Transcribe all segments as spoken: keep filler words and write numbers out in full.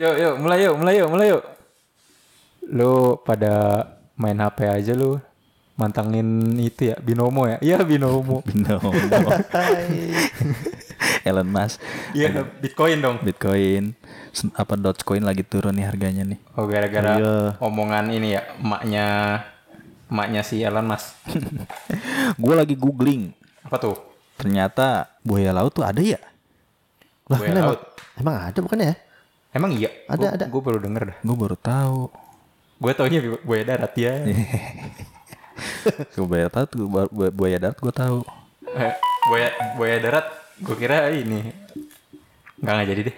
Yuk, yuk, mulai yuk, mulai yuk, mulai yuk. Lu pada main H P aja lu. Mantangin itu ya, Binomo ya? Iya, Binomo. Binomo. Elon Musk. Iya, Bitcoin dong. Bitcoin. Sen- Apa Dogecoin lagi turun nih harganya nih. Oh, gara-gara Oh, iya. omongan ini ya, emaknya emaknya si Elon Musk. Gue lagi googling. Apa tuh? Ternyata buaya laut tuh ada ya? Lah, Buaya kan emang, laut. emang ada bukan ya? Emang iya? Ada, ada. Gue baru denger dah. Gue baru tahu. Gue taunya buaya darat ya. Gue buaya darat, gua- bu- buaya darat gue tahu. Eh, buaya buaya darat, gue kira ini. Enggak nggak jadi deh.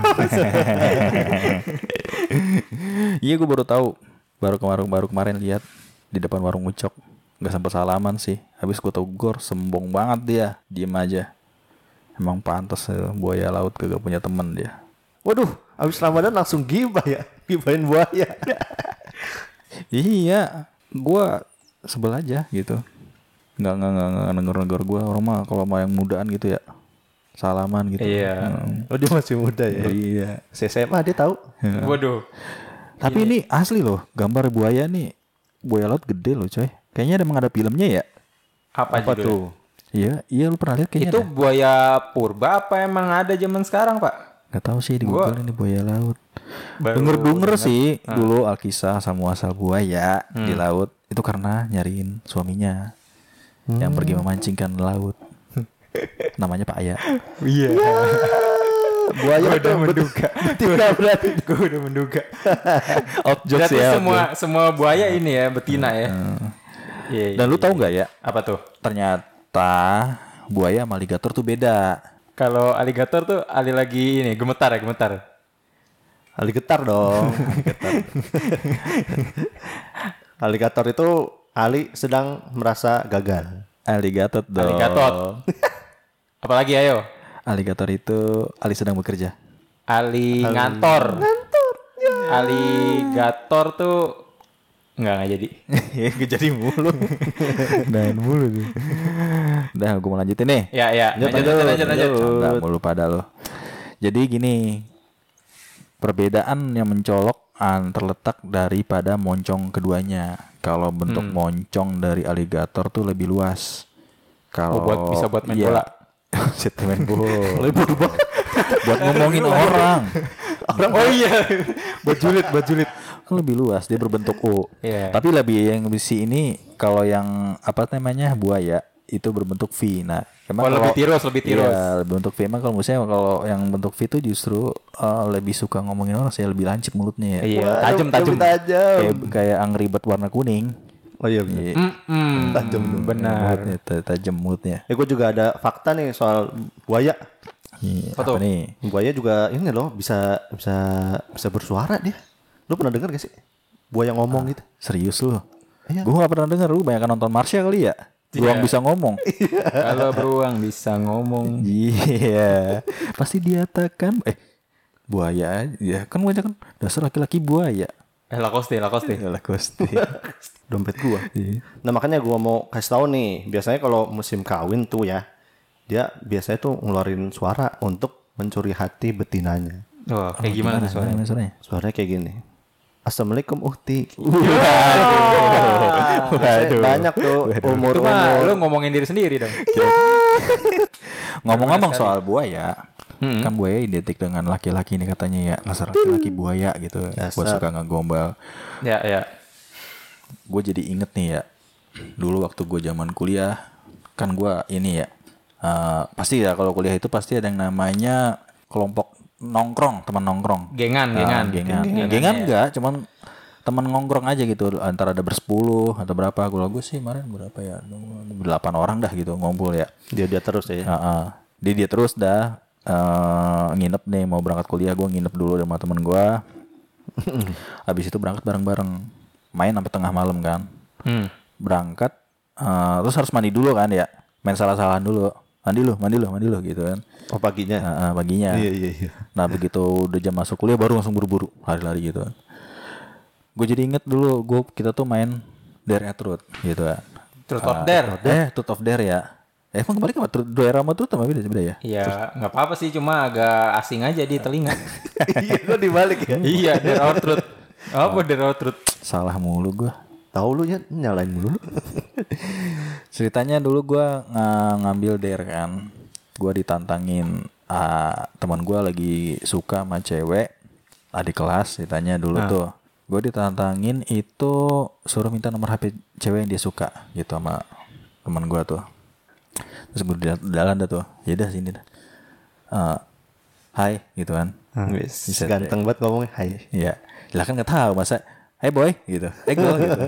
Iya gue baru tahu. Baru kemarin baru kemarin lihat di depan warung Ucok. Gak sampai salaman sih. Habis gue tau gor sombong banget dia. Diem aja. Emang pantas ya, buaya laut kagak punya temen dia. Waduh, abis Ramadan langsung gibah ya. Gibahin buaya. Iya, gue sebel aja gitu. Nggak nggak nggak nggak negor-negor gue. Orang mah kalau mau yang mudaan gitu ya salaman gitu. Iya. Hmm. Oh, dia masih muda ya. Iya. Si S M A dia tahu. Waduh. Tapi ini asli loh, gambar buaya nih. Buaya laut gede loh coy. Kayaknya emang ada filmnya ya. Apa, Apa judulnya? tuh? Iya, iya lu pernah lihat kayaknya. Itu ada. buaya purba apa emang ada zaman sekarang, Pak? Gak tahu sih di Gua- Google ini buaya laut. Baru Denger-denger denger. sih dulu Alkisah sama asal buaya di laut itu karena nyariin suaminya yang pergi memancingkan laut. Namanya Pak Aya. Iya. Buaya Gue udah tuh menduga. betina berarti. Gue udah menduga. Out jokes Berarti ya. out semua jokes. semua buaya ini ya betina ya. Iya. Dan iya. lu tahu nggak ya? Apa tuh? Ternyata buaya sama alligator tuh beda. Kalau aligator tuh ali lagi ini gemetar ya gemetar. Aligator dong. Aligator itu Ali sedang merasa gagal. Alligator dong. Aligator. Apalagi ayo. Alligator itu Ali sedang bekerja. Ali ngantor. Ngantor. Aligator tuh enggak enggak jadi. Ya gak jadi mulu. Dan mulu tuh. Udah gue mau lanjutin nih. Ya ya. Lanjut lanjut lanjut lanjut. Nggak mulu pada lo. Jadi gini. Perbedaan yang mencolok an terletak daripada moncong keduanya. Kalau bentuk Hmm. moncong dari aligator tuh lebih luas. Kalau Oh, buat- bisa buat main iya. bola. Bisa main bola. Buat ngomongin orang. Orang oh iya. Buat julid buat julid. Kan lebih luas, dia berbentuk U. Iya. Tapi lebih yang besi ini kalau yang apa namanya buaya itu berbentuk V. Nah, emang Oh, lebih tirus, lebih tirus. Iya, bentuk V. Emang kalau misalnya kalau yang bentuk V itu justru uh, lebih suka ngomongin orang, saya lebih lancip mulutnya ya. Iya, tajam tajam. Lebih tajam. Kayak kayak Angry Bird warna kuning. Oh iya benar. Iya. Mm-mm. Tajam tuh. Benar. Mulutnya ta- tajam mulutnya. Eh, gue juga ada fakta nih soal buaya. Iya, Apa apa, tuh? nih? Buaya juga ini loh bisa bisa bisa bersuara dia. Lu pernah dengar gak sih? Buaya ngomong gitu. Serius lu? Iya. Gue gak pernah denger, lu banyak nonton Marsha kali ya? Beruang bisa ngomong. Kalau beruang bisa ngomong. Iya, pasti diatakan eh buaya ya kan banyak kan dasar laki-laki buaya. Eh Lacoste, Lacoste. Yalah Gusti. Dompet gua. Iya. Nah makanya gua mau kasih tahu nih, biasanya kalau musim kawin tuh ya, dia biasanya tuh ngeluarin suara untuk mencuri hati betinanya. Oh, kayak gimana tuh suaranya? Gimana suaranya? Suaranya kayak gini. Assalamualaikum Uhti. Waduh. Banyak tuh Itu mah umur-umur. lu ngomongin diri sendiri dong. Ngomong-ngomong soal buaya, Hmm. kan buaya identik dengan laki-laki nih katanya ya, dasar laki-laki buaya gitu. Dasar. Gue suka ngegombal. Ya, ya. Gue jadi inget nih ya, dulu waktu gue zaman kuliah, kan gue ini ya, eh, pasti ya kalau kuliah itu pasti ada yang namanya kelompok nongkrong, teman nongkrong. Gengan, Ah, gengan. gengan. Gengan, Gengan ya. enggak, cuman teman nongkrong aja gitu. Antara ada bersepuluh atau berapa. Kalau gue sih kemarin berapa ya? Delapan orang dah gitu ngumpul ya. Dia dia terus ya. Heeh. Dia dia terus dah eh, nginep nih mau berangkat kuliah, gue nginep dulu sama temen gue. Habis itu berangkat bareng-bareng, main sampai tengah malam kan. Hmm. Berangkat eh, terus harus mandi dulu kan ya, main salah-salahan dulu. Mandi lu, mandi lu, mandi lu gitu kan. Oh paginya. Heeh, paginya. Iya iya iya. Nah begitu udah jam masuk kuliah baru langsung buru-buru lari-lari gitu kan. Gue jadi inget dulu gue kita tuh main Dare at Truth gitu kan. Truth or Ah, Dare? Eh Truth of Dare ya. emang kembali ke daerah sama Trut sama beda beda ya? Ya nggak apa-apa sih, cuma agak asing aja di telinga. Iya, kok dibalik ya? Iya, daerah Truth. Apa daerah Truth? Salah mulu gue. Tahu lu ya nyalain mulu lu. Ceritanya dulu gue ng- ngambil dare kan. Gue ditantangin uh, teman gue lagi suka sama cewek adik kelas. Ceritanya dulu Ah. tuh. Gue ditantangin itu suruh minta nomor H P cewek yang dia suka gitu sama teman gue tuh. Terus gue di jalan dah tuh. Yaudah sini dah. Uh, hai gitu kan. Wis, Bisa ganteng banget ngomongnya. Hai. Iya. Lah kan nggak tahu masa. Hey boy gitu. Hey girl gitu.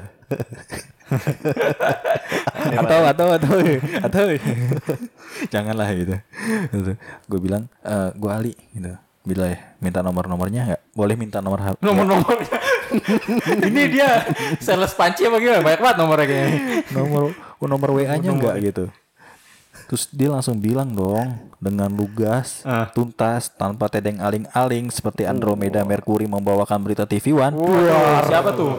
atau atau atau atau janganlah gitu. gitu. Gue bilang e, gue Ali gitu. Bila ya minta nomor-nomornya nggak? Boleh minta nomor H P. Nomor-nomornya. Ini dia sales panci apa gimana? Banyak banget nomornya kayaknya. Nomor nomor W A-nya enggak gitu. Terus dia langsung bilang dong dengan lugas, Ah. tuntas, tanpa tedeng aling-aling seperti Andromeda Mercury membawakan berita T V One. Wah, siapa tuh?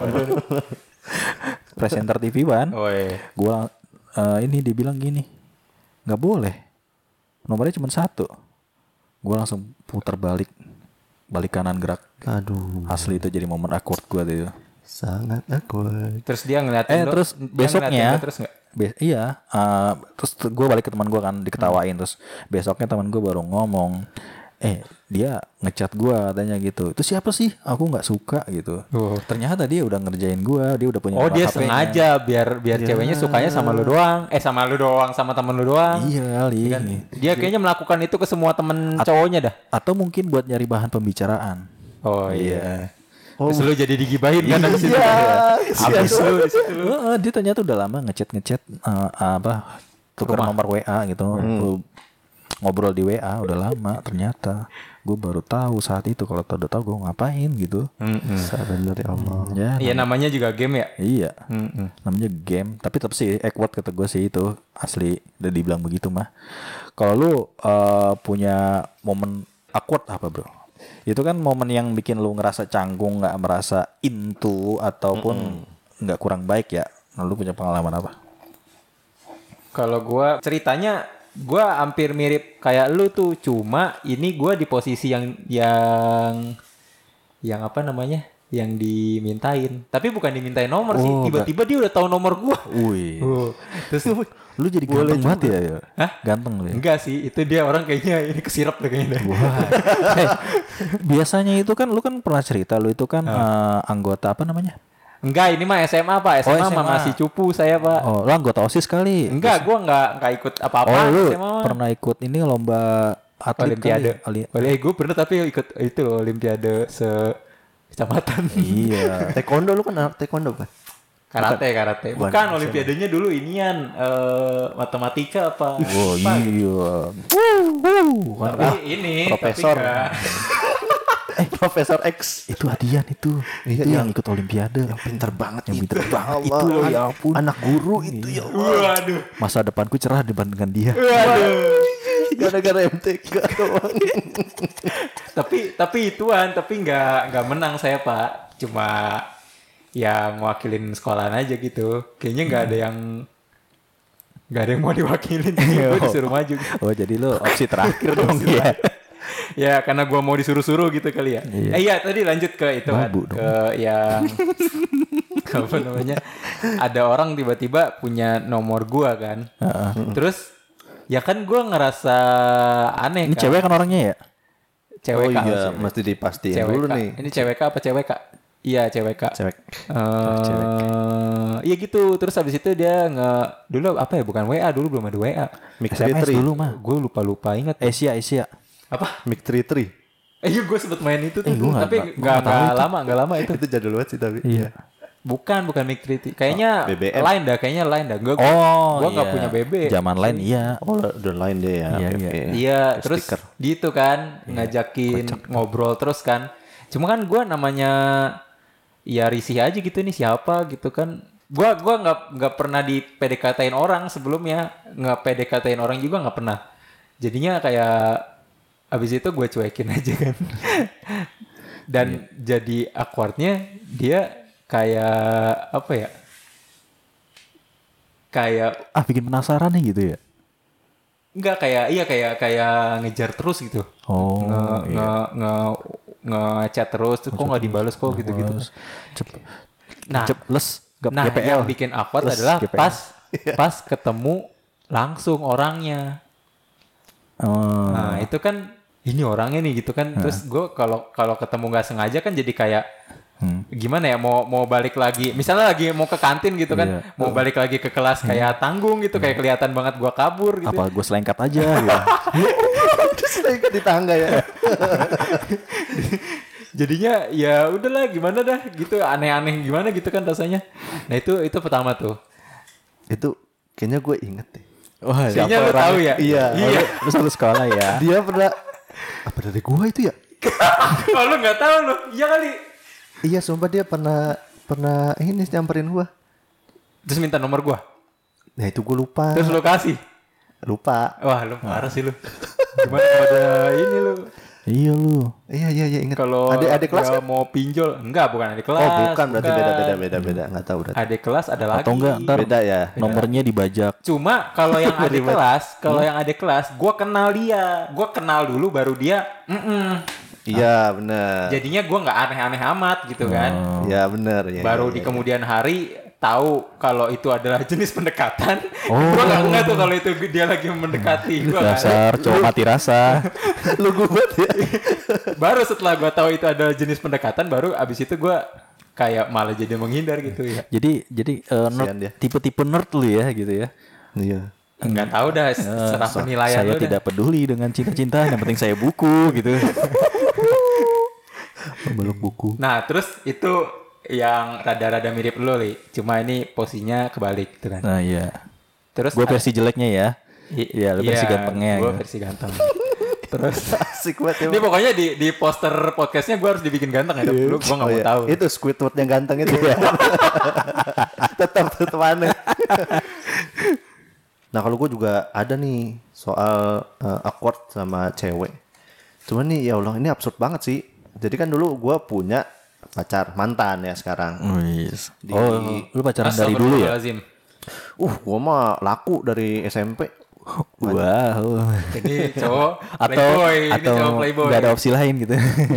Presenter T V One. Oh iya. Gua eh, ini dibilang gini, nggak boleh. Nomornya cuma satu. Gua langsung putar balik, balik kanan gerak. Aduh, Asli itu jadi momen awkward gua tuh. sangat awkward. Terus dia ngeliatin Eh lo- terus dia besoknya, ngeliatin lo terus nggak? be- iya, eh, terus gue balik ke teman gue kan diketawain. Terus besoknya teman gue baru ngomong, eh dia ngechat gue katanya gitu. Itu siapa sih? Aku nggak suka gitu. Oh. Ternyata dia udah ngerjain gue, dia udah punya Oh nomor dia H P-nya. sengaja biar biar ceweknya sukanya sama lu doang. Eh sama lu doang, sama temen lu doang. Iya kali. Dia kayaknya melakukan itu ke semua temen cowoknya dah. Atau mungkin buat nyari bahan pembicaraan. Oh iya. Terus lu jadi digibahin kan abis itu. Iya, Abis lu di situ. Heeh, dia ternyata udah lama ngechat ngechat eh, apa tukar nomor W A gitu. Lu ngobrol di W A udah lama ternyata. Gue baru tahu saat itu, kalau tau udah tahu gue ngapain gitu. Sadar dari Allah. Ya, Iya namanya juga game ya. iya. Mm-mm. Namanya game, tapi tetap sih awkward kata gue sih itu asli udah dibilang begitu mah. Kalau lu eh, punya momen awkward apa bro? Itu kan momen yang bikin lu ngerasa canggung, nggak merasa into ataupun nggak kurang baik ya. Nah, lu punya pengalaman apa? Kalau gua ceritanya gua hampir mirip kayak lu tuh, cuma ini gua di posisi yang yang yang apa namanya? Yang dimintain. Tapi bukan dimintain nomor sih, Oh, tiba-tiba dia udah tahu nomor gua. Wih, Oh, terus lu jadi ganteng banget ya, ya? Hah? Ganteng lu ya? enggak sih, itu dia orang kayaknya ini kesirap deh kayaknya. Wah, eh, biasanya itu kan lu kan pernah cerita lu itu kan eh, anggota apa namanya? Enggak, ini mah S M A Pak. S M A Oh, mah S M A. masih cupu saya Pak. Oh, lu anggota OSIS kali? Enggak, gua enggak enggak ikut apa-apa. Oh, lu S M A mah. pernah ikut ini lomba atlet Olimpiade. kali? Ali- Boleh, gue pernah tapi ikut itu loh, Olimpiade se kecamatan. Iya. Taekwondo lu kan anak taekwondo kan? Karate, karate. Bukan, Bukan, Olimpiadenya dulu inian eh, matematika apa? Oh Apa gitu. iya. Tapi ini Profesor. tapi enggak. Eh, Profesor X. Itu Adian itu. Iya, itu yang yang- ikut Olimpiade. Yang pinter banget Yang itu. pinter Ya banget Allah. itu, ya ampun. Anak guru itu ya Allah. Waduh. Masa depanku cerah dibandingkan dia. Waduh. Gara-gara M T K doang. tapi tapi ituan, tapi enggak enggak menang saya Pak. Cuma ya ngewakilin sekolahan aja gitu. Kayaknya enggak ada yang enggak ada yang mau diwakilin. Gue disuruh maju. Oh jadi lu opsi terakhir dong ya. Ya karena gua mau disuruh-suruh gitu kali ya. Iya. Eh iya tadi lanjut ke itu kan, Babu dong. ke yang apa namanya? Ada orang tiba-tiba punya nomor gua kan. Terus ya kan gua ngerasa aneh Ini kan. cewek kan orangnya ya? Cewek Oh Kak. iya, mesti dipastiin Cewek dulu Kak. nih. Ini cewek Kak apa cewek Kak? Iya cewek Kak. Cewek. Eh, iya gitu. Terus habis itu dia nge dulu apa ya? Bukan W A dulu, belum ada W A. Mix S M S Tri. dulu mah. Gue lupa-lupa ingat. Asia, Asia. Apa? Mix Tri Tri. Eh iya gue sempet main itu tuh, Eh, gua nggak- tapi nggak- nggak nggak tahu nggak itu. lama nggak lama itu. Itu jadul banget sih tapi. Iya. Bukan bukan Mic tiga T. Kayaknya B B M. lain dah, kayaknya lain dah. Gue Oh, gue nggak iya. punya B B. Zaman lain iya. Oh, udah lain dia ya. Iya, Oke, iya. oke. Iya, Ada terus stiker. gitu kan ngajakin ngobrol terus kan. Cuma kan gue namanya ya risih aja gitu nih siapa gitu kan. Gua gua nggak nggak pernah di P D K T-in orang sebelumnya, nggak P D K T-in orang juga nggak pernah. Jadinya kayak abis itu gue cuekin aja kan. Dan jadi awkwardnya dia kayak apa ya? Kayak Ah bikin penasaran nih gitu ya. Enggak kayak iya kayak kayak ngejar terus gitu. Oh, nge, iya. nge, nge, nge-chat terus, terus kok nggak dibales kok gitu-gitu. Cep- Nah, Ceples, gap nah G P L. yang bikin awkward Plus adalah G P L. pas pas ketemu langsung orangnya. Oh. Nah itu kan ini orangnya nih gitu kan. Terus gue kalau kalau ketemu nggak sengaja kan jadi kayak Hmm. gimana ya mau mau balik lagi. Misalnya lagi mau ke kantin gitu kan, Iya. mau balik lagi ke kelas kayak tanggung gitu, kayak kelihatan banget gue kabur gitu. Apa gue selengkat aja gitu. Terus lagi di tangga ya. Jadinya ya udahlah gimana dah gitu aneh-aneh gimana gitu kan rasanya. Nah itu itu pertama tuh. Itu kayaknya gue inget deh. Wah, Kayaknya lu tahu ya. Iya. Iya. Lu satu sekolah ya. Dia pernah apa dari gua itu ya? Oh lu nggak tahu lu? Iya kali. Iya, sumpah dia pernah pernah ini nyamperin gua. Terus minta nomor gua. Nah, itu gua lupa. Terus lu kasih. Lupa. Wah lu parah sih lu. Gimana kalau ada ini lu? Iya lu. Iya, iya, iya, ingat. Kalau adik-adik kelas dia kan? mau pinjol, enggak bukan adik kelas. Oh, bukan berarti beda beda beda beda. Enggak tahu berarti. Adik kelas ada lagi. Atau enggak ntar Beda ya. nomornya dibajak. Cuma kalau yang adik kelas, kalau yang adik kelas, gua kenal dia. Gua kenal dulu baru dia. Mm-mm. Iya, benar. Jadinya gua nggak aneh-aneh amat gitu kan. Iya, benar ya. Baru ya, di ya. kemudian hari tahu kalau itu adalah jenis pendekatan. Gua nggak nggak tuh kalau itu dia lagi mendekati. Gua nggak- Dasar cowok mati rasa. Lu gubat ya. Baru setelah gua tahu itu adalah jenis pendekatan, baru abis itu gua kayak malah jadi menghindar gitu ya. Jadi jadi eh, nerd- Kasihan dia. tipe-tipe nerd lu ya gitu ya. Iya. Enggak tahu dah serah Eh, penilaian saya lu dah. tidak peduli dengan cinta-cinta, yang penting saya buku gitu. Memeluk buku. Nah, terus itu yang rada-rada mirip lu, Li. Cuma ini posisinya kebalik gitu kan. Nah iya. Terus Gue versi jeleknya ya. I- Iya, lu versi gantengnya. Gue gitu. versi ganteng. Terus Asik banget ini ya. pokoknya di di poster podcastnya gue harus dibikin ganteng ya. Lu gue nggak Oh, mau iya. tahu. Itu Squidward yang ganteng itu. Tetap tetap aneh. Nah, kalau gue juga ada nih soal uh, awkward sama cewek. Cuman nih ya Allah, ini absurd banget sih. Jadi kan dulu gue punya pacar mantan ya sekarang. Wis. Di- Oh, lu pacaran dari dulu ya? Astagfirullahaladzim. Uh, gue mah laku dari S M P. Wow. Ini cowok Atau playboy, ini atau cowok playboy. nggak ada opsi lain gitu.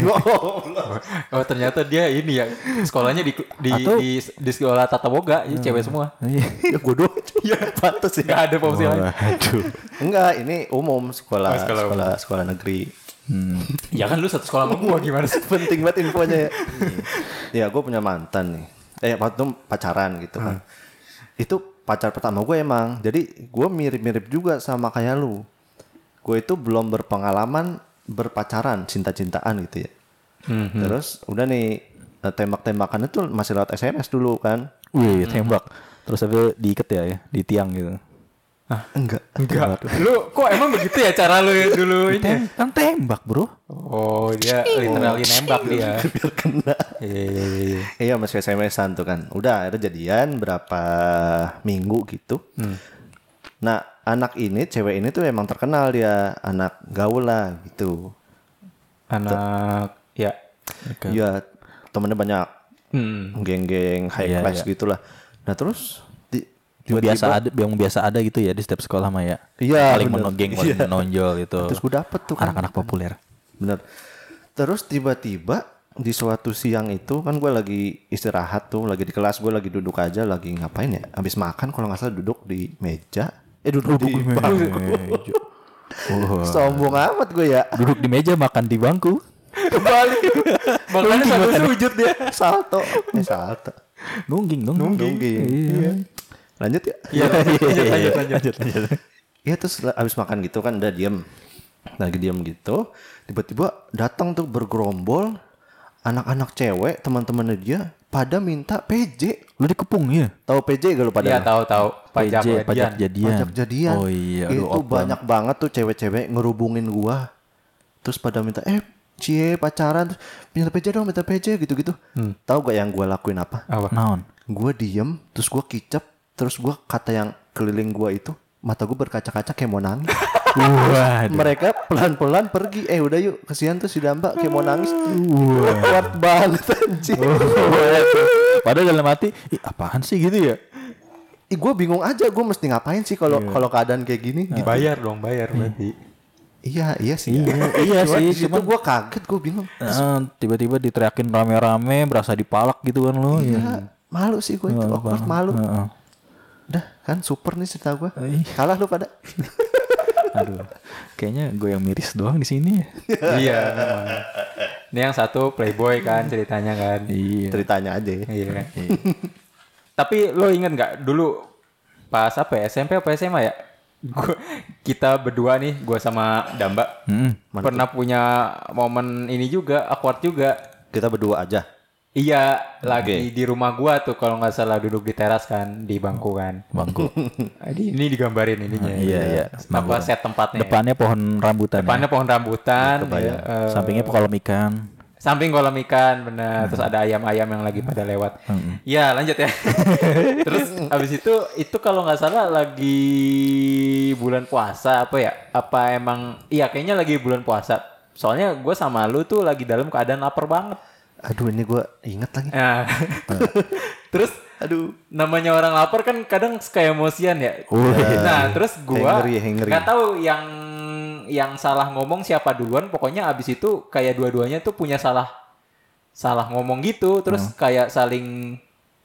Oh ternyata dia ini ya sekolahnya di di Atau- di, di sekolah tata boga, jadi cewek semua. Ya gue doang. Iya, pantas ya. Gak ada opsi lain. Waduh. Enggak, ini umum sekolah Oh, sekolah sekolah sekolah negeri. Hmm. Ya kan lu satu sekolah sama gua gimana sih? Penting banget infonya ya. Ya, gue punya mantan nih. Eh, waktu itu pacaran gitu kan. Itu pacar pertama gue emang. Jadi gue mirip-mirip juga sama kayak lu. Gue itu belum berpengalaman berpacaran, cinta-cintaan gitu ya. Terus udah nih eh, tembak-tembakan itu masih lewat S M S dulu kan. Wih, tembak. Terus habis diikat ya, ya, di tiang gitu. Enggak. Enggak. Lu kok emang begitu ya cara lu dulu ini? ya? Tem- kan tembak, Bro. Oh dia literally nembak dia. Biar kena. Iya iya iya. Iya, masih S M S-an tuh kan. Udah ada jadian berapa minggu gitu. Nah, anak ini, cewek ini tuh emang terkenal dia anak gaul lah gitu. Anak ya. Iya, temennya banyak, Hmm. geng-geng high Iya, class iya. gitulah. Nah terus di, Yang tiba-tiba- biasa ada, yang biasa ada gitu ya di setiap sekolah mah ya. Iya, Paling bener. menonggeng, paling Iya. menonjol gitu. Terus gue dapet tuh kan. Anak-anak populer. Bener. Terus tiba-tiba di suatu siang itu kan gue lagi istirahat tuh, lagi di kelas, gue lagi duduk aja, lagi ngapain ya? Abis makan kalau nggak salah duduk di meja. Eh duduk di bangku. Meja. Wah. Sombong amat gue ya. Duduk di meja, makan di bangku. Kembali. Makanya sambil sujud dia. Salto. Eh salto. Nungging dong. Nungging. Iya. Lanjut ya. Iya lanjut lanjut lanjut. Iya, terus la- abis makan gitu kan udah diem. Lagi diem gitu. Tiba-tiba datang tuh bergerombol anak-anak cewek teman-temannya dia pada minta P J. Lu dikepung ya? Tahu P J gak lu pada? Iya tahu tahu pajak P J, pajak jadian. jadian. Pajak jadian. Oh iya, Itu aduh, awkward banyak banget tuh cewek-cewek ngerubungin gua. Terus pada minta, eh cie pacaran, terus minta P J dong, minta P J gitu-gitu. Tahu gak yang gua lakuin apa? Apa? Naon? Gua diem, terus gua kicap, terus gua kata yang keliling gua itu, mata gua berkaca-kaca kayak mau nangis. Waduh. Mereka pelan-pelan pergi. Eh udah yuk, kesian tuh si Damba kayak mau nangis. Kuat banget anjing. Padahal dalam hati, ih apaan sih gitu ya? ih gue bingung aja gue mesti ngapain sih kalau kalau keadaan kayak gini. Gitu. Bayar dong, bayar berarti. Iya iya sih. Iya, iya Cuman sih, di situ cuman- gue kaget gue bingung. Eh, tiba-tiba diteriakin rame-rame, berasa dipalak gitu kan lo. Iya, malu sih gue itu, awkward malu. Heeh. Udah kan super nih cerita gue. Ih. Kalah lu pada. Aduh, kayaknya gue yang miris doang di sini. Iya, memang. Ini yang satu playboy kan ceritanya kan. Iya. Ceritanya aja. Ya. Iya. Tapi lo inget nggak dulu pas apa ya, S M P apa S M A ya? Gua, kita berdua nih, gua sama Damba Hmm. pernah punya momen ini juga, awkward juga. Kita berdua aja. Iya, lagi di rumah gua tuh kalau nggak salah duduk di teras kan, di bangku kan. Bangku. Di, ini digambarin ininya. Iya, iya. Apa set tempatnya? Depannya pohon rambutan. ya. Depannya pohon rambutan. kebayang. ya, eh, Sampingnya kolam ikan. Samping kolam ikan, benar. Terus ada ayam-ayam yang lagi pada lewat. Ya lanjut ya. Terus abis itu, itu kalau nggak salah lagi bulan puasa apa ya? Apa emang? Iya kayaknya lagi bulan puasa. Soalnya gue sama lu tuh lagi dalam keadaan lapar banget. Aduh ini gue inget lagi. Nah. Terus, aduh, namanya orang lapar kan kadang suka emosian ya. Nah, terus gue Hangry, hangry. nggak tahu yang yang salah ngomong siapa duluan. Pokoknya abis itu kayak dua-duanya tuh punya salah salah ngomong gitu. Terus kayak saling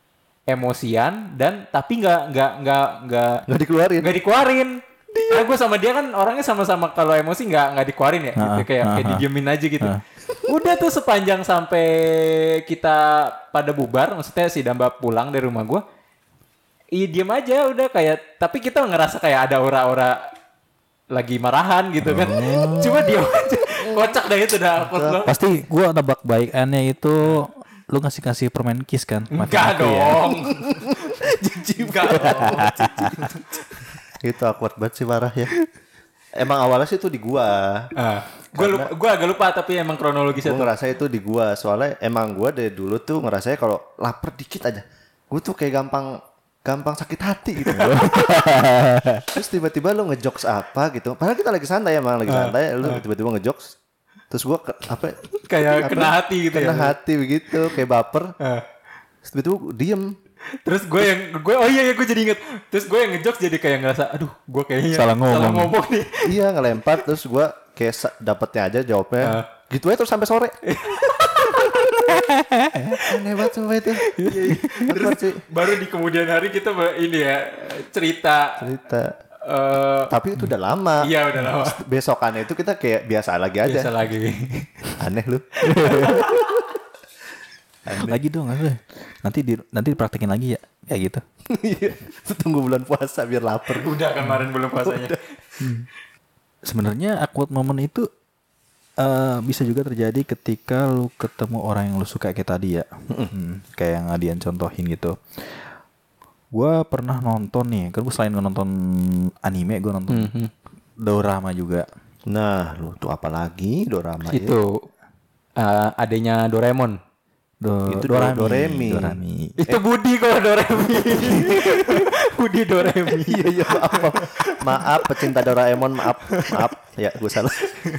emosian dan tapi nggak nggak nggak nggak Nggak dikeluarin. nggak dikeluarin. Nah, gue sama dia kan orangnya sama-sama kalau emosi nggak nggak dikeluarin ya, gitu. kayak kayak didiemin aja gitu. Udah tuh sepanjang sampai kita pada bubar, maksudnya si Damba pulang dari rumah gue, iya diem aja udah kayak, tapi kita ngerasa kayak ada aura-aura lagi marahan gitu kan. Cuma diem aja, kocak dah itu dah. awkward banget. Pasti gue nebak baikannya itu lu ngasih-kasih permen kiss kan? Enggak Mati-mati ya. dong. Jijik enggak dong. Itu awkward banget sih parah ya. Emang awalnya sih itu di gua. Ah, gue lupa, gue agak lupa tapi emang kronologisnya Gue tuh. ngerasa itu di gua. Soalnya emang gua dari dulu tuh ngerasanya kalau lapar dikit aja. Gue tuh kayak gampang gampang sakit hati gitu. Terus tiba-tiba lu ngejokes apa gitu. Padahal kita lagi santai emang lagi santai. Lu tiba-tiba ngejokes. Terus gua ke, apa? Kayak kena hati gitu Kena ya. hati begitu. Kayak baper. Ah. Terus tiba-tiba diem. Terus gue yang gue oh iya iya gue jadi inget. Terus gue yang ngejokes jadi kayak ngerasa aduh gue kayaknya Salah ngomong. salah ngomong nih. Iya ngelempar. Terus gua kayak sa- dapetnya aja jawabnya. Ah. Gitu aja terus sampai sore. Aneh banget sumpah itu. Awkward sih. Baru di kemudian hari kita be- ini ya cerita. Cerita. eh Tapi itu udah lama. iya udah lama. Besokannya itu kita kayak biasa lagi aja. Biasa lagi. Aneh lu. Lagi dong, apa? Nanti di, nanti dipraktekin lagi ya, kayak gitu. Iya. Tunggu bulan puasa biar lapar. Udah kemarin belum puasanya. Sebenarnya awkward moment itu eh, bisa juga terjadi ketika lu ketemu orang yang lu suka kayak tadi ya. Hmm, kayak yang Adian contohin gitu. Gua pernah nonton nih, kan gue selain nonton anime, gue nonton dorama juga. Nah, lu tuh apalagi dorama ya? Itu eh, adanya Doraemon. Do, Itu Do- Doremi. Dorami. Itu Budi kalau Doremi. Budi Doremi. Iya iya maaf, maaf. Maaf pecinta Doraemon, maaf. Maaf. Ya, gue salah.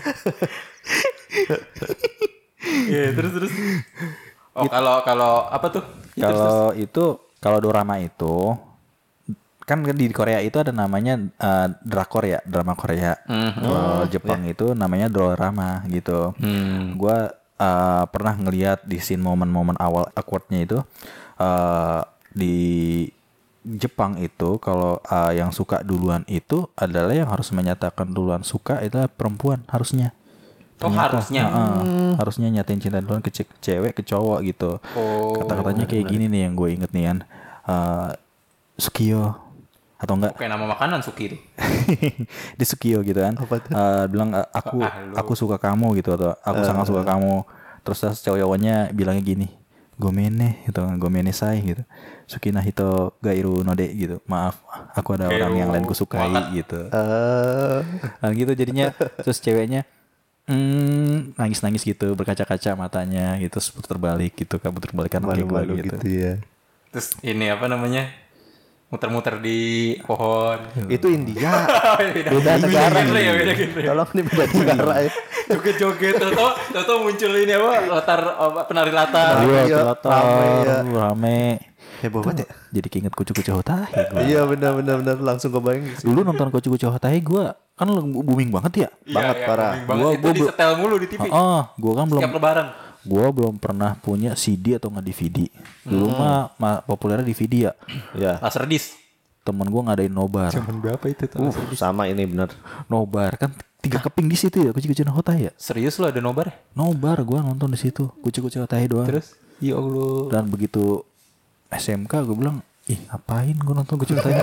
Iya, terus terus. Oh, kalau kalau apa tuh? Ya, terus, terus. Kalau itu, kalau dorama itu kan di Korea itu ada namanya eh, drakor ya, drama Korea. Kalau Jepang itu namanya dorama gitu. Hmm. Gua eh, pernah ngelihat di scene momen-momen awal awkwardnya itu eh, di Jepang itu kalau eh, yang suka duluan itu adalah yang harus menyatakan duluan suka itu perempuan harusnya. Oh, Ternyata, harusnya. heeh, harusnya nyatain cinta duluan ke, ce- ke cewek ke cowok gitu. Oh. Kata-katanya kayak gini nih yang gue inget nih kan. Eh, Sukio atau enggak Kayak nama makanan Suki itu. di Sukio gitu kan. Eh, bilang eh, aku Ah, lu. aku suka kamu gitu atau aku sangat suka kamu. Terus terus cowok-cowoknya bilangnya gini, gomene gitu, gomene sai gitu. Sukina hito gairu node gitu. Maaf, aku ada orang Gairu yang lain ku sukai wakat. gitu. Eh, Nah, gitu jadinya terus ceweknya hmm, nangis-nangis gitu, berkaca-kaca matanya gitu, terus putar balik gitu, kabut terbalik kan kayak gue malu-malu gitu. gitu ya. Terus ini apa namanya? Muter-muter di pohon. Itu India. beda, Beda negara. genre ya, beda genre. Tolong nih beda negara ya. Joget-joget Toto, Toto muncul ini apa? Latar apa, penari latar. Iya, Iya, latar, rame ya. rame. Heboh banget ya. Jadi keinget kucu-kucu hotahe gua. Iya benar benar benar langsung kebayang sih. Dulu nonton kucu-kucu hotahe gue kan booming banget ya. Banget, Iya, iya, parah. booming banget. Gua- Itu gua di be- setel mulu di T V. Oh, gue kan belum Setiap lebaran. gue belum pernah punya C D atau nggak D V D. Dulu mah, mah populernya D V D ya. Ya. Laserdisc. Temen gue ngadain nobar. Cuman berapa itu tuh? Uh, sama ini benar. Nobar kan tiga keping di situ ya kucu-kucu hotahe ya. Serius lo ada nobar? Nobar gue nonton di situ kucu-kucu hotahe doang. Terus? Ya Allah. Dan begitu S M K gue bilang, ih ngapain gue nonton kucu-kucu hotahe?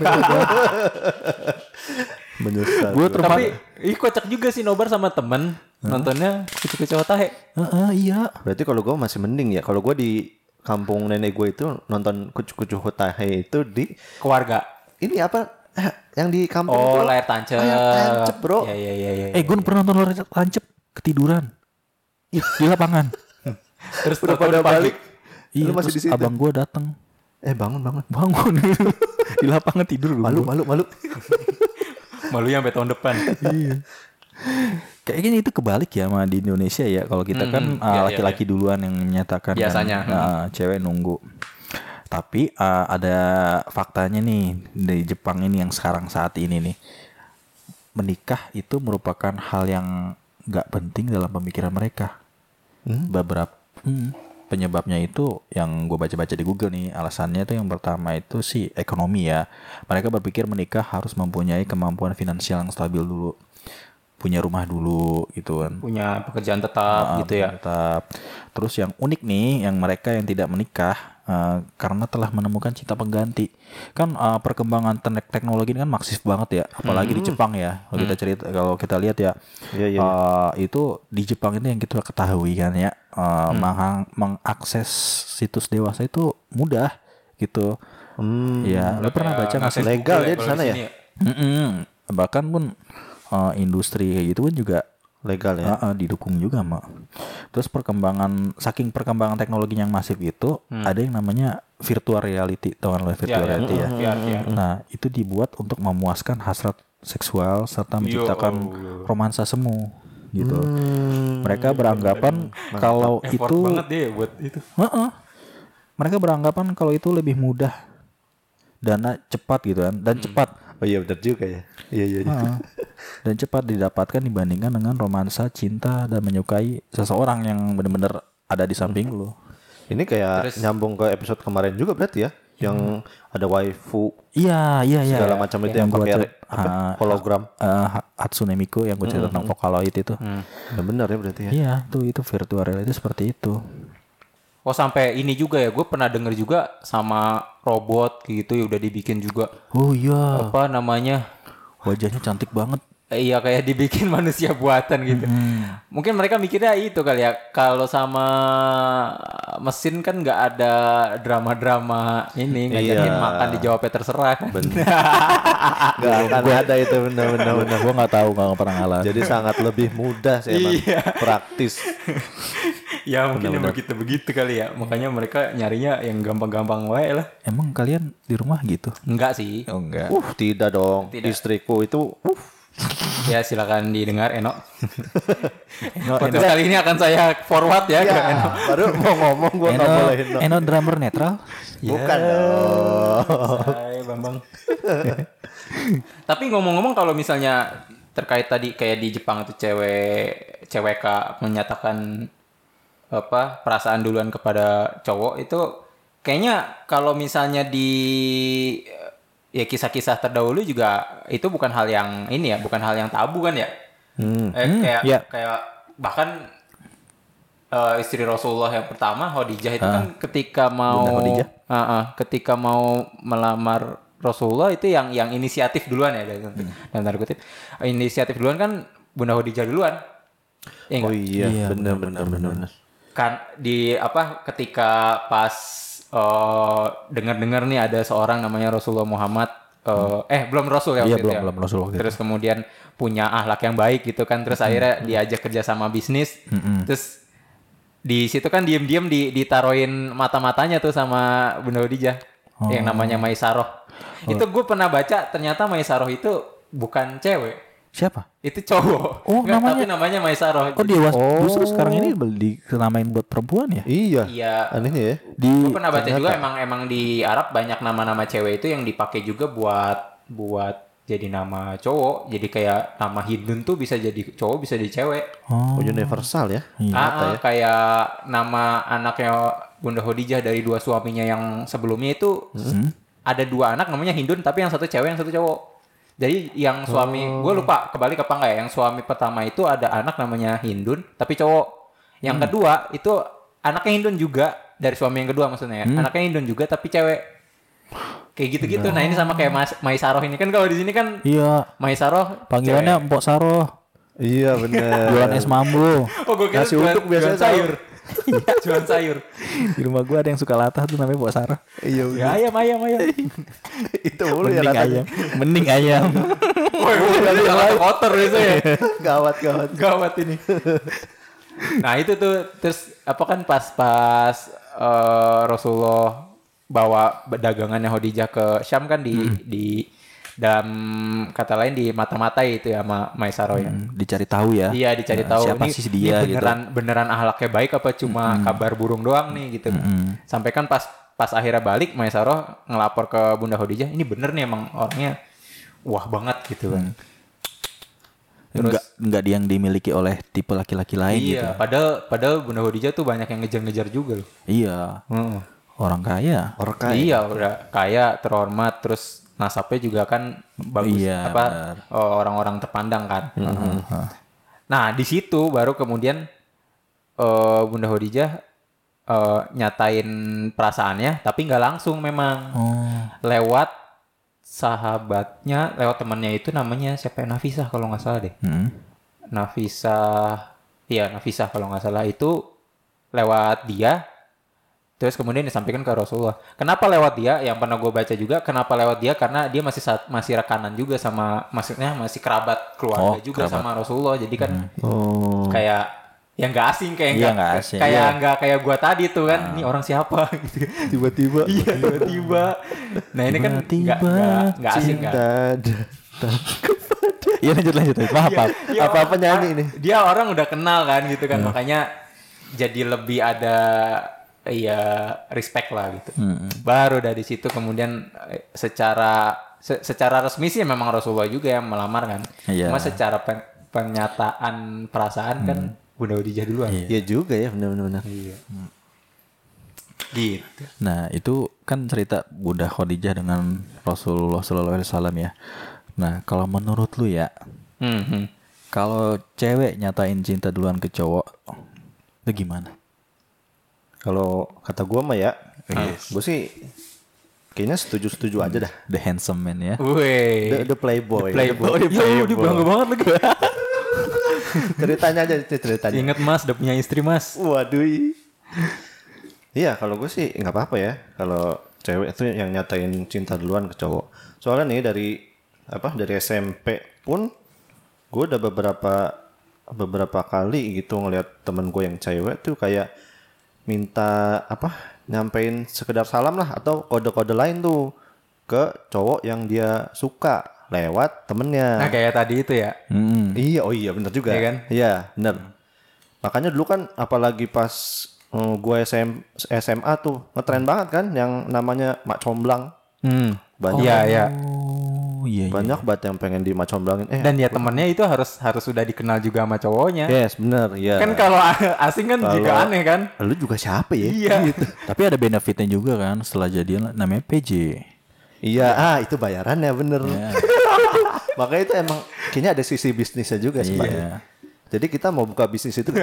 Menyesal. Gue terima. Tapi ih kocak juga sih nobar sama temen. Nontonnya kucu-kucu hotahe. Heeh, iya. Berarti kalau gue masih mending ya. Kalau gue di kampung nenek gue itu nonton kucu-kucu hotahe itu di Keluarga. ini apa eh, yang di kampung Oh, tuh? layar tancap. Layar tancap, bro. Iya, iya, iya. Ya, Eh gue pernah nonton layar tancap ketiduran di lapangan. Terus Udah tahu-tahu pada pagi. balik. Iya, Lu masih terus di situ? abang gue datang Eh bangun bangun. bangun di lapangan tidur. Malu gua. malu malu. Malu sampai tahun depan. Iya. Kayaknya itu kebalik ya sama di Indonesia ya. Kalau kita kan Hmm, uh, iya, iya, laki-laki duluan yang menyatakan kan, Biasanya, uh, cewek nunggu. Tapi uh, ada faktanya nih dari Jepang ini yang sekarang saat ini nih. Menikah itu merupakan hal yang nggak penting dalam pemikiran mereka. Hmm? Beberapa hmm, penyebabnya itu yang gue baca-baca di Google nih. Alasannya itu yang pertama itu sih ekonomi ya. Mereka berpikir menikah harus mempunyai kemampuan finansial yang stabil dulu. Punya rumah dulu gitu kan. Punya pekerjaan tetap Ah, gitu ya. Tetap. Terus yang unik nih, yang mereka yang tidak menikah uh, karena telah menemukan cinta pengganti. Kan uh, perkembangan te- teknologi ini kan masif banget ya, apalagi di Jepang ya. Kalau kita cerita, kalau kita lihat ya, Iya, iya. uh, itu di Jepang itu yang kita ketahui kan ya, uh, meng- mengakses situs dewasa itu mudah gitu. Hmm. Ya, lo pernah baca nggak sih? Legal ya di sana ya? Mm-mm. Bahkan pun uh, industri kayak gitu pun juga Legal ya. uh, uh, didukung juga mak. Terus perkembangan saking perkembangan teknologi yang masif itu ada yang namanya virtual reality, tahu kan lo virtual Ya, ya. reality ya. V R, V R. Nah itu dibuat untuk memuaskan hasrat seksual serta menciptakan Allah. romansa semu gitu. Mereka beranggapan kalau Effort itu, banget dia buat itu. uh-uh. mereka beranggapan kalau itu lebih mudah, dana cepat gitu kan, dan cepat. Oh iya benar juga ya. Iya iya. iya. Heeh. Dan cepat didapatkan dibandingkan dengan romansa cinta dan menyukai seseorang yang benar-benar ada di samping lu. Ini kayak Terus- nyambung ke episode kemarin juga berarti ya, yang ada waifu Iya, iya, iya. segala macam itu yang gua pakai cer- apa, ah, hologram. eh, Ha- Hatsune Miku yang gue cerita tentang Vocaloid itu. Ya benar ya berarti ya. Iya, tuh itu virtual reality seperti itu. Oh sampai ini juga ya, gue pernah denger juga sama robot gitu ya udah dibikin juga Oh iya, apa namanya? wajahnya cantik banget. Eh, iya kayak dibikin manusia buatan gitu. Mungkin mereka mikirnya itu kali ya. Kalau sama mesin kan nggak ada drama-drama ini ngajakin Iya. makan dijawabnya terserah kan. Gak akan ada itu benar-benar benar. Gue nggak tahu, nggak pernah ngalamin. Jadi sangat lebih mudah sih emang. Iya. Praktis. Ya mungkin yang begitu-begitu kali ya. Makanya mereka nyarinya yang gampang-gampang wae lah. Emang kalian di rumah gitu? Enggak sih. Oh enggak. Uh, tidak dong. Tidak. Istriku itu uh Ya silakan didengar Eno. Podcast kali ini akan saya forward ya, ke Eno. baru mau ngomong gua nggak Eno, boleh no. Eno drummer netral. Bukan dong. Hai Bambang. Tapi ngomong-ngomong kalau misalnya terkait tadi kayak di Jepang itu cewek cewek kak menyatakan apa perasaan duluan kepada cowok itu kayaknya kalau misalnya di ya kisah-kisah terdahulu juga itu bukan hal yang ini ya, bukan hal yang tabu kan ya. Hmm. Eh, kayak iya. kayak bahkan eh, istri Rasulullah yang pertama Khadijah itu kan ketika mau Bunda Khadijah. Ah, ah, ketika mau melamar Rasulullah itu yang yang inisiatif duluan ya dalam dalam tanda kutip. Inisiatif duluan kan Bunda Khadijah duluan. Ya, Oh nggak? iya, Iya, benar benar benar benar. Kan di apa ketika pas eh, dengar-dengar nih ada seorang namanya Rasulullah Muhammad eh, eh belum Rasul ya Iya, waktu itu belum ya. belum Rasul waktu itu. Terus kemudian punya akhlak yang baik gitu kan, terus akhirnya diajak kerja sama bisnis, terus di situ kan diem-diem di ditaruhin mata-matanya tuh sama Bunda Khadijah yang namanya Maisaroh. Itu gue pernah baca ternyata Maisaroh itu bukan cewek, Siapa? Itu cowok. Oh, Nggak, namanya- tapi namanya Maisaro. Oh dia was- Oh. justru sekarang ini dinamain buat perempuan ya? Iya. Iya. Anehnya ya. Di Gue pernah baca juga emang emang di Arab banyak nama-nama cewek itu yang dipakai juga buat buat jadi nama cowok. Jadi kayak nama Hindun tuh bisa jadi cowok, bisa jadi cewek. Oh, Oh, universal ya. Ah, ah, kayak nama anaknya Bunda Khadijah dari dua suaminya yang sebelumnya itu ada dua anak namanya Hindun, tapi yang satu cewek yang satu cowok. Jadi yang suami, gue lupa kebalik apa enggak ya. Yang suami pertama itu ada anak namanya Hindun, tapi cowok. Yang kedua itu anaknya Hindun juga dari suami yang kedua maksudnya ya. Anaknya Hindun juga tapi cewek. Kayak gitu-gitu. Nah ini sama kayak Mas Maisaroh ini kan kalau di sini kan iya, Maisaroh panggilannya cewek. Mpok Saroh. Iya benar. Jualan es mambo. Oh gue kira Nasi jualan, uduk biasanya jualan sayur. Jualan sayur. Di rumah gua ada yang suka latah tuh namanya Mpok Saroh. Iya Ya benar. ayam ayam ayam. Itu mulu ya Mending rasanya. ayam. Mending ayam. Woi, berarti kata kotor itu ya. Gawat gawat. Gawat ini. Nah itu tuh terus apa kan pas pas eh, Rasulullah bawa dagangannya Khadijah ke Syam kan di di dalam kata lain di mata-matai itu ya sama Maisaro ya. Hmm, dicari tahu ya. Iya dicari Nah, tahu siapa ini, sih ini dia gitu. beneran beneran ahlaknya baik apa cuma kabar burung doang nih gitu. Sampai kan pas pas akhirnya balik Maisaro ngelapor ke Bunda Khadijah ini bener nih emang orangnya wah banget gitu kan. Terus- Enggak enggak yang dimiliki oleh tipe laki-laki lain gitu. Iya, padahal padahal Bunda Khadijah tuh banyak yang ngejar-ngejar juga loh. Iya. Orang kaya. Orang kaya. Iya, udah kaya, terhormat, terus nasabnya juga kan bagus Iya, apa benar. oh, orang-orang terpandang kan. Nah, di situ baru kemudian eh, Bunda Khadijah eh, nyatain perasaannya, tapi nggak langsung memang Oh. lewat sahabatnya, lewat temannya itu namanya siapa ya? Nafisah kalau nggak salah deh. Hmm. Nafisah, iya Nafisah kalau nggak salah itu lewat dia, terus kemudian disampaikan ke Rasulullah. Kenapa lewat dia? Yang pernah gue baca juga, kenapa lewat dia? Karena dia masih saat, masih rekanan juga sama, maksudnya masih kerabat keluarga Oh, juga kerabat. sama Rasulullah. Jadi kan Oh. kayak yang nggak asing kayak Iya, nggak nggak asing. kayak Iya. nggak kayak gue tadi tuh kan. Ini orang siapa? gitu. Tiba-tiba. Iya tiba-tiba. Nah ini kan nggak Tiba-tiba nggak nggak asing kan. Cinta datang. Iya lanjut lanjut. Maaf, maaf. Iya, Apa-apa orang- nyanyi nih. Dia orang udah kenal kan gitu kan, makanya jadi lebih ada ya respect lah gitu. Baru dari situ kemudian eh, secara se- secara resmi sih memang Rasulullah juga yang melamar kan. Iya. Cuma secara pen- pernyataan perasaan kan Bunda Khadijah duluan. Iya. Iya juga ya benar-benar. Iya. Gitu. Nah itu kan cerita Bunda Khadijah dengan Rasulullah Sallallahu Alaihi Wasallam ya. Nah kalau menurut lu ya, Hmm, hmm. kalau cewek nyatain cinta duluan ke cowok, itu gimana? Kalau kata gua mah ya, gue sih kayaknya setuju-setuju aja dah. The handsome man ya. Wih. The, the playboy. Playboy. Yo, dia bangga banget lagi. Ceritanya aja ceritanya. Ingat Mas, udah punya istri Mas. Waduh. Iya, kalau gue sih nggak apa-apa ya. Kalau cewek itu yang nyatain cinta duluan ke cowok. Soalnya nih dari apa? Dari S M P pun gue udah beberapa beberapa kali gitu ngeliat temen gue yang cewek tuh kayak minta apa? Nyampein sekedar salam lah atau kode-kode lain tuh ke cowok yang dia suka lewat temennya. Nah kayak tadi itu ya. Hmm. Iya, oh iya bener juga. Iya kan? Iya, bener. Makanya dulu kan apalagi pas uh, gue S M, S M A tuh ngetren banget kan yang namanya Mak Comblang. Hmm. Banyak Iya, iya. Oh iya. iya. banyak banget yang pengen di Mak Comblangin. Eh, Dan ya temennya itu harus harus sudah dikenal juga sama cowoknya. yes, bener, iya. Kan kalau asing kan juga Kalau- aneh kan? Lu juga siapa ya? Iya. Tapi ada benefitnya juga kan setelah jadian namanya P J. Iya, ah itu bayarannya bener. Ya. Makanya itu emang kayaknya ada sisi bisnisnya juga sebenarnya. Iya. Jadi kita mau buka bisnis itu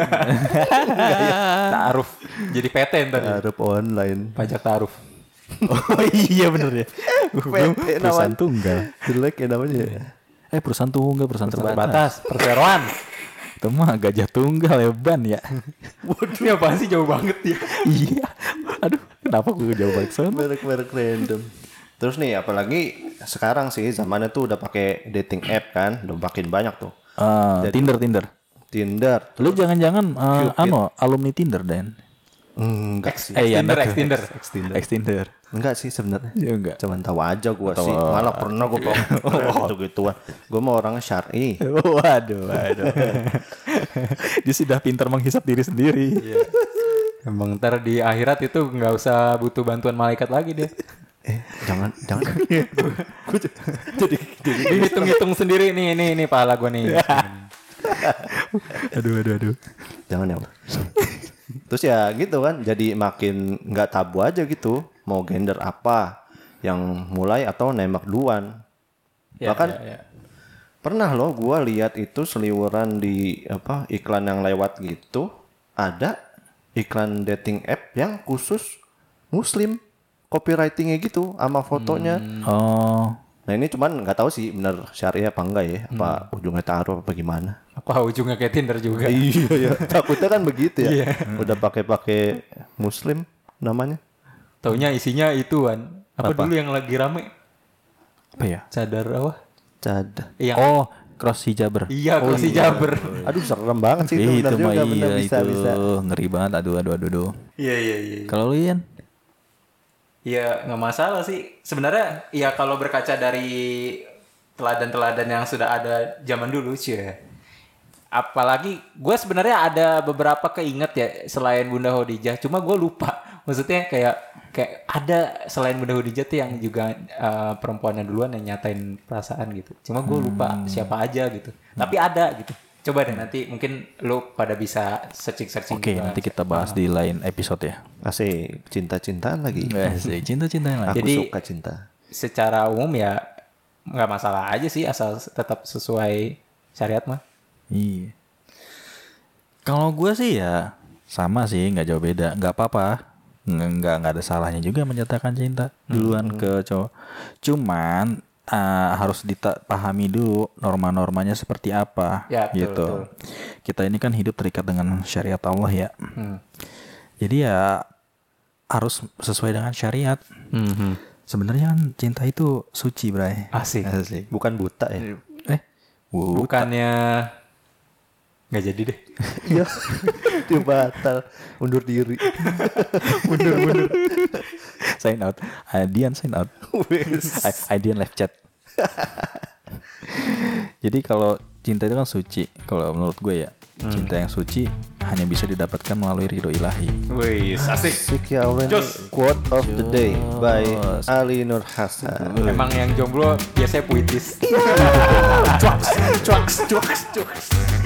Ta'aruf. Jadi P T ntar. harus online. Pajak ta'aruf. Oh iya bener ya. P T Perusahaan namanya. tunggal. Jelek ya namanya. Eh perusahaan tunggal, perusahaan terbatas. Terbatas. Perseroan. Itu mah gajah tunggal ya ban ya. Waduh. Ini apaan sih jauh banget ya. Iya. Aduh, kenapa gue jauh balik sana? Merek-merek random. Terus nih apalagi sekarang sih zamannya tuh udah pakai dating app kan, udah makin banyak tuh. Ah, Tinder, Tinder. Tinder. Lu jangan-jangan uh, ano alumni Tinder Dan. Enggak sih. Eh, iya, Extender, enggak. extender. Extender. Extender. Enggak sih sebenarnya. Ya enggak. Cuman tahu aja gua Tahu. sih. Malah pernah gua gitu gituan. Gua mah orangnya syar'i. Waduh, waduh. Dia sudah pintar menghisap diri sendiri. Emang ntar di akhirat itu nggak usah butuh bantuan malaikat lagi deh. Eh, jangan jangan. Gua j- jadi jadi Dihitung-hitung sendiri nih, ini ini pahala gue nih. Aduh, aduh, aduh. jangan ya. Bro. Terus ya gitu kan, jadi makin nggak tabu aja gitu. Mau gender apa yang mulai atau nembak duluan. Ya, Bahkan ya, ya. pernah loh gua lihat itu seliweran di apa iklan yang lewat gitu, ada iklan dating app yang khusus muslim, copywritingnya gitu sama fotonya. Oh, Nah ini cuman nggak tahu sih bener syariah apa enggak ya, apa ujungnya taruh apa gimana. Apa ujungnya kayak Tinder juga? Iya ya, takutnya kan begitu ya. Udah pakai-pakai muslim namanya. Taunya isinya itu kan. Apa, Apa? dulu yang lagi rame? apa ya? Cadar apa? Cad. Yang Oh, cross hijaber. iya, kalau si Jaber. Aduh serem banget sih itu. Ih, Bener itu mah juga, bener iya bisa itu bisa. ngeri banget. Aduh, aduh, aduh, aduh. Iya, iya, iya. Kalau lu Ian? Ya nggak masalah sih. Sebenarnya ya kalau berkaca dari teladan-teladan yang sudah ada zaman dulu sih ya. Apalagi gue sebenarnya ada beberapa keinget ya selain Bunda Khadijah. Cuma gue lupa. Maksudnya kayak kayak ada selain Bunda Khadijah tuh yang juga uh, perempuannya duluan yang nyatain perasaan gitu. Cuma gue lupa siapa aja gitu. Tapi ada gitu. Coba deh nanti mungkin lu pada bisa searching-searching Oke, juga. nanti kita bahas di lain episode ya. Asik, cinta-cintaan lagi. Asik, cinta-cintaan lagi. Aku Jadi- suka cinta. Secara umum ya nggak masalah aja sih asal tetap sesuai syariat mah. Iya. Kalau gue sih ya sama sih, nggak jauh beda, nggak apa-apa, nggak nggak nggak ada salahnya juga menyatakan cinta duluan ke cowok. Cuman uh, harus dipahami dulu norma-normanya seperti apa, Ya, betul, gitu. betul. Kita ini kan hidup terikat dengan syariat Allah ya. Hmm. Jadi ya harus sesuai dengan syariat. Sebenarnya kan cinta itu suci, Bray. Asik. Asik. Bukan buta ya. Eh, wow. Bukannya nggak jadi deh. Iya. Dia batal, undur diri. mundur-mundur. Sign out. Adian sign out. I- Adian live chat. Jadi kalau cinta itu kan suci. Kalau menurut gue ya, cinta yang suci hanya bisa didapatkan melalui ridho ilahi. Wih, asik. Siki Aulen Jos. quote of the day by Jos. Ali Nur Hasan. Emang yang jomblo biasanya puitis. Cuaks, cuaks, cuaks, cuaks.